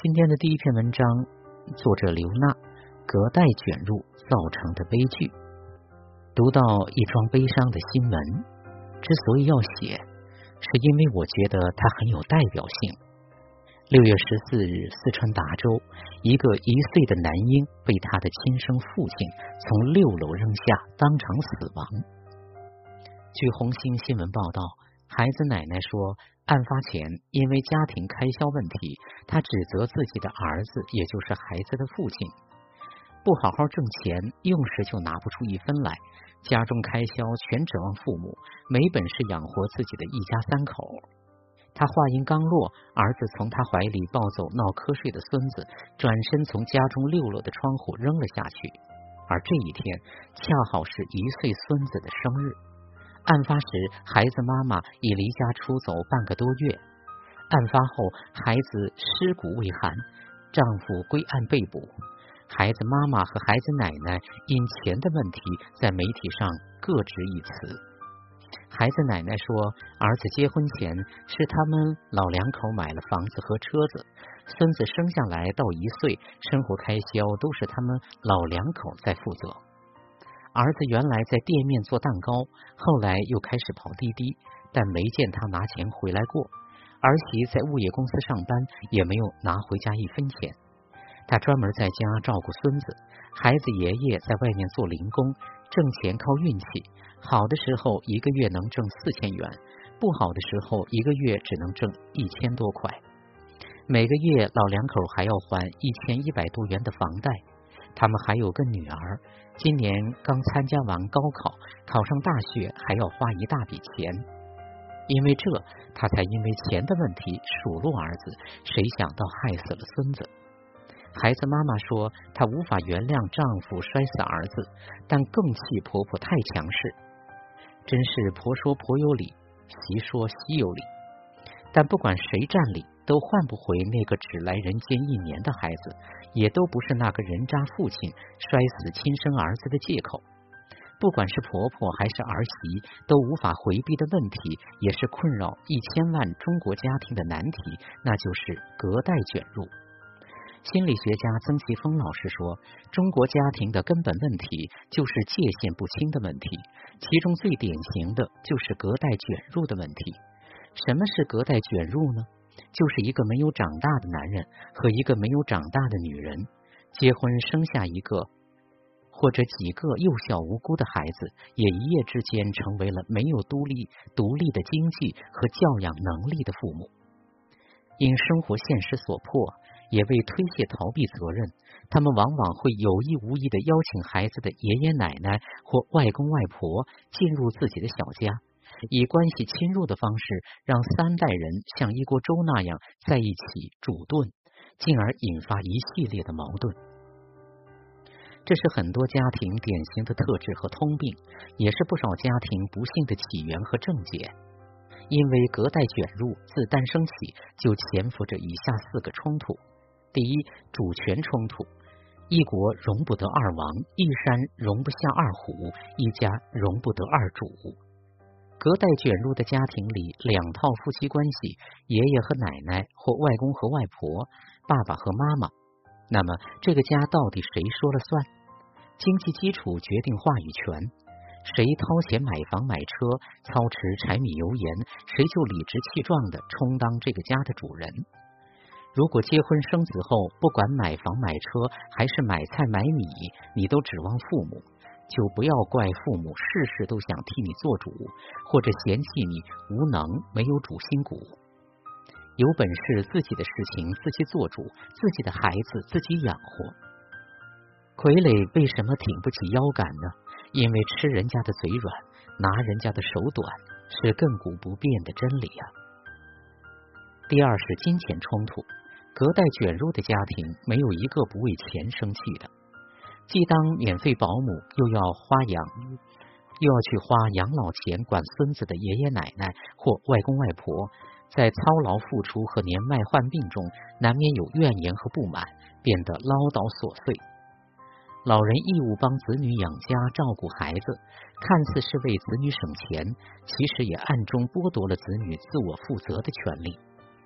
今天的第一篇文章，作者刘娜，隔代卷入造成的悲剧。读到一桩悲伤的新闻，之所以要写，是因为我觉得它很有代表性。6月14日，四川达州，一个1岁的男婴被他的亲生父亲从6楼扔下，当场死亡。据红星新闻报道，孩子奶奶说，案发前因为家庭开销问题，他指责自己的儿子，也就是孩子的父亲，不好好挣钱，用时就拿不出一分来，家中开销全指望父母，没本事养活自己的一家3口。他话音刚落，儿子从他怀里抱走闹瞌睡的孙子，转身从家中6楼的窗户扔了下去。而这一天恰好是1岁孙子的生日。案发时，孩子妈妈已离家出走半个多月。案发后，孩子尸骨未寒，丈夫归案被捕。孩子妈妈和孩子奶奶因钱的问题在媒体上各执一词。孩子奶奶说，儿子结婚前是他们老2口买了房子和车子，孙子生下来到1岁，生活开销都是他们老2口在负责。儿子原来在店面做蛋糕，后来又开始跑滴滴，但没见他拿钱回来过。儿媳在物业公司上班，也没有拿回家1分钱。他专门在家照顾孙子，孩子爷爷在外面做零工，挣钱靠运气，好的时候1个月能挣4000元，不好的时候1个月只能挣1000多块。每个月老2口还要还1100多元的房贷。他们还有个女儿，今年刚参加完高考，考上大学还要花一大笔钱。因为这，她才因为钱的问题数落儿子，谁想到害死了孙子。孩子妈妈说，她无法原谅丈夫摔死儿子，但更气婆婆太强势。真是婆说婆有理，媳说媳有理。但不管谁占理，都换不回那个只来人间1年的孩子，也都不是那个人渣父亲摔死亲生儿子的借口。不管是婆婆还是儿媳，都无法回避的问题，也是困扰1000万中国家庭的难题，那就是隔代卷入。心理学家曾奇峰老师说，中国家庭的根本问题就是界限不清的问题，其中最典型的就是隔代卷入的问题。什么是隔代卷入呢？就是一个没有长大的男人和一个没有长大的女人结婚生下一个或者几个幼小无辜的孩子，也一夜之间成为了没有独立的经济和教养能力的父母。因生活现实所迫，也为推卸逃避责任，他们往往会有意无意地邀请孩子的爷爷奶奶或外公外婆进入自己的小家，以关系侵入的方式让3代人像一锅粥那样在一起煮炖，进而引发一系列的矛盾。这是很多家庭典型的特质和通病，也是不少家庭不幸的起源和症结。因为隔代卷入自诞生起就潜伏着以下4个冲突。第一，主权冲突。一国容不得2王，一山容不下2虎，一家容不得2主。隔代卷入的家庭里，2套夫妻关系，爷爷和奶奶或外公和外婆，爸爸和妈妈。那么这个家到底谁说了算？经济基础决定话语权，谁掏钱买房买车，操持柴米油盐，谁就理直气壮地充当这个家的主人。如果结婚生子后，不管买房买车还是买菜买米，你都指望父母，就不要怪父母事事都想替你做主，或者嫌弃你无能没有主心骨。有本事自己的事情自己做主，自己的孩子自己养活。傀儡为什么挺不起腰杆呢？因为吃人家的嘴软，拿人家的手短，是亘古不变的真理啊。第二是金钱冲突。隔代卷入的家庭没有一个不为钱生气的，既当免费保姆，又要去花养老钱管孙子的爷爷奶奶或外公外婆，在操劳付出和年迈患病中，难免有怨言和不满，变得唠叨琐碎。老人义务帮子女养家照顾孩子，看似是为子女省钱，其实也暗中剥夺了子女自我负责的权利。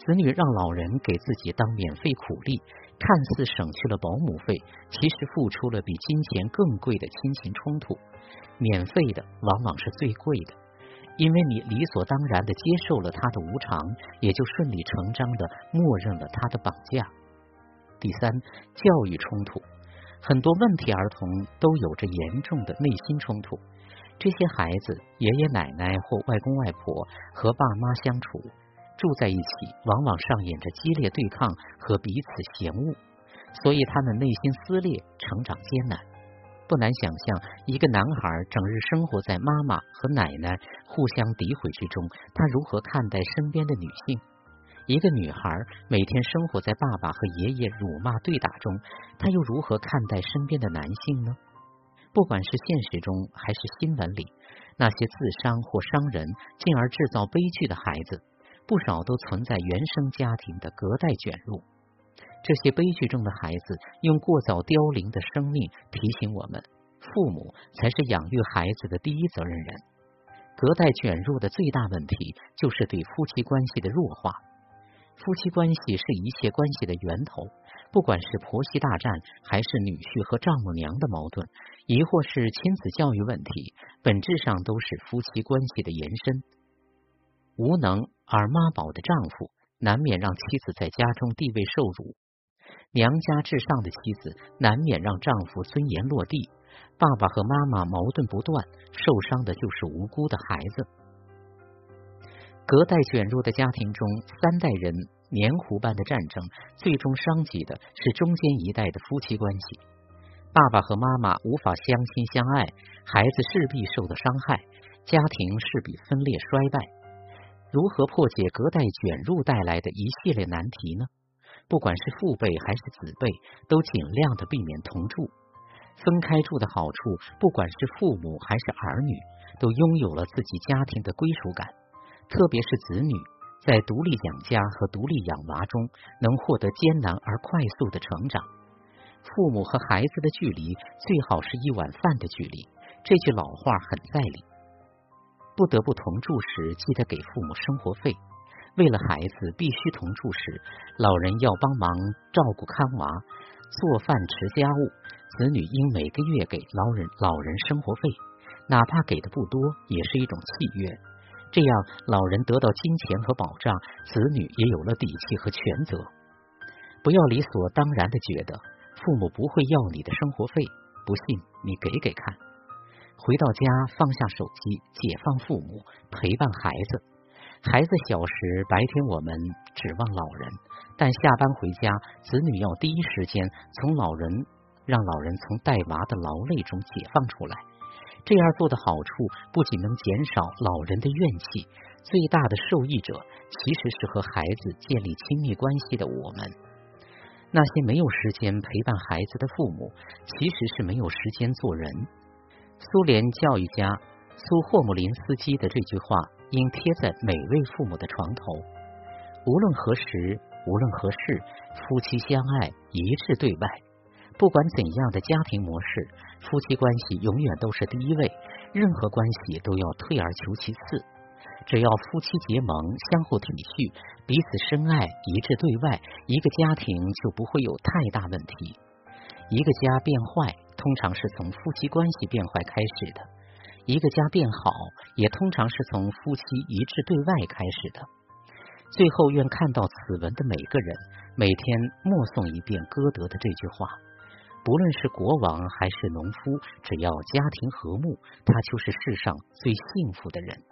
子女让老人给自己当免费苦力，看似省去了保姆费，其实付出了比金钱更贵的亲情冲突。免费的往往是最贵的，因为你理所当然的接受了他的无常，也就顺理成章的默认了他的绑架。第三，教育冲突。很多问题儿童都有着严重的内心冲突，这些孩子爷爷奶奶或外公外婆和爸妈相处，住在一起，往往上演着激烈对抗和彼此嫌恶，所以他们内心撕裂，成长艰难。不难想象，一个男孩整日生活在妈妈和奶奶互相诋毁之中，他如何看待身边的女性？一个女孩每天生活在爸爸和爷爷辱骂对打中，她又如何看待身边的男性呢？不管是现实中还是新闻里，那些自伤或伤人，进而制造悲剧的孩子，不少都存在原生家庭的隔代卷入。这些悲剧中的孩子用过早凋零的生命提醒我们，父母才是养育孩子的第一责任人。隔代卷入的最大问题就是对夫妻关系的弱化。夫妻关系是一切关系的源头，不管是婆媳大战，还是女婿和丈母娘的矛盾，亦或是亲子教育问题，本质上都是夫妻关系的延伸。无能而妈宝的丈夫，难免让妻子在家中地位受辱；娘家至上的妻子，难免让丈夫尊严落地。爸爸和妈妈矛盾不断，受伤的就是无辜的孩子。隔代卷入的家庭中，三代人黏糊般的战争，最终伤及的是中间一代的夫妻关系。爸爸和妈妈无法相亲相爱，孩子势必受到伤害，家庭势必分裂衰败。如何破解隔代卷入带来的一系列难题呢？不管是父辈还是子辈，都尽量的避免同住。分开住的好处，不管是父母还是儿女，都拥有了自己家庭的归属感。特别是子女，在独立养家和独立养娃中，能获得艰难而快速的成长。父母和孩子的距离，最好是一碗饭的距离，这句老话很在理。不得不同住时，记得给父母生活费。为了孩子必须同住时，老人要帮忙照顾看娃、做饭持家务，子女应每个月给老人生活费，哪怕给的不多，也是一种契约。这样老人得到金钱和保障，子女也有了底气和权责。不要理所当然的觉得父母不会要你的生活费，不信你给看。回到家放下手机，解放父母，陪伴孩子。孩子小时，白天我们指望老人，但下班回家，子女要第一时间让老人从带娃的劳累中解放出来。这样做的好处不仅能减少老人的怨气，最大的受益者其实是和孩子建立亲密关系的我们。那些没有时间陪伴孩子的父母，其实是没有时间做人。苏联教育家苏霍姆林斯基的这句话应贴在每位父母的床头：无论何时，无论何事，夫妻相爱，一致对外。不管怎样的家庭模式，夫妻关系永远都是第一位，任何关系都要退而求其次。只要夫妻结盟，相互体恤，彼此深爱，一致对外，一个家庭就不会有太大问题。一个家变坏，通常是从夫妻关系变坏开始的；一个家变好，也通常是从夫妻一致对外开始的。最后，愿看到此文的每个人，每天默诵一遍歌德的这句话：不论是国王还是农夫，只要家庭和睦，他就是世上最幸福的人。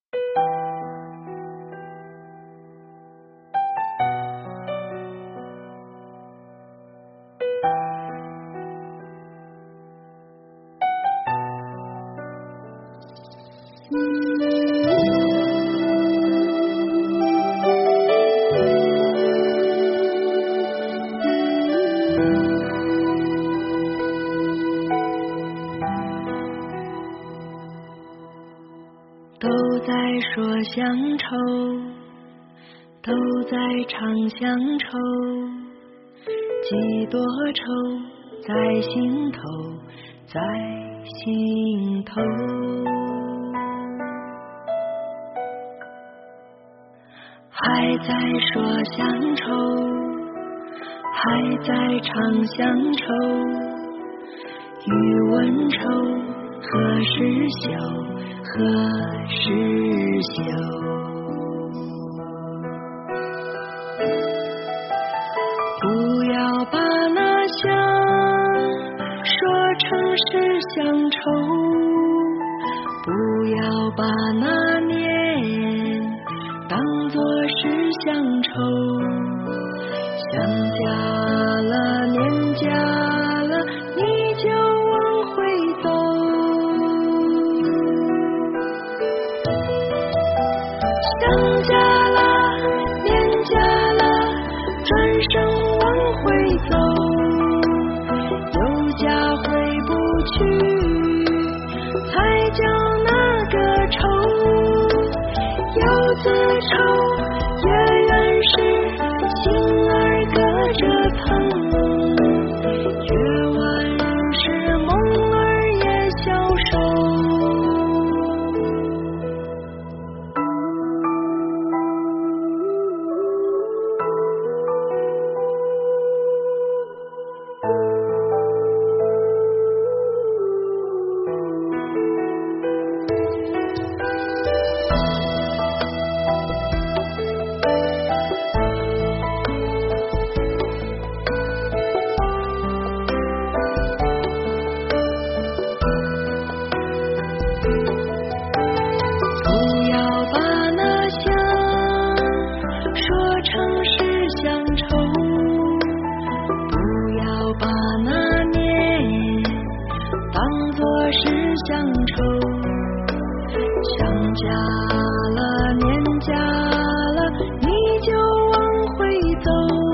都在说乡愁，都在唱乡愁，几多愁在心头，在心头。孩还在说乡愁，还在唱乡愁，欲问愁，何时休，何时休？不要把那乡说成是乡愁，不要把那年当作是乡愁。想家了，年家了，你就往回走。想家了，年家了，转身往回走。有家回不去，才叫那个愁。有字愁，也原是心儿隔着层。月晚仍是梦儿也消瘦。乡愁，想家了，年家了，你就往回走。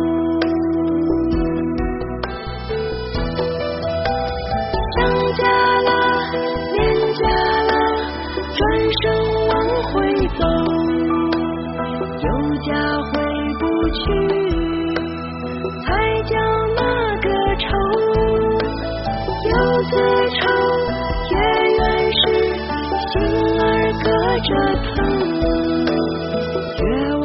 想家了，年家了，转身往回走。有家回不去，才叫那个愁。有字愁，也原是心儿隔着层。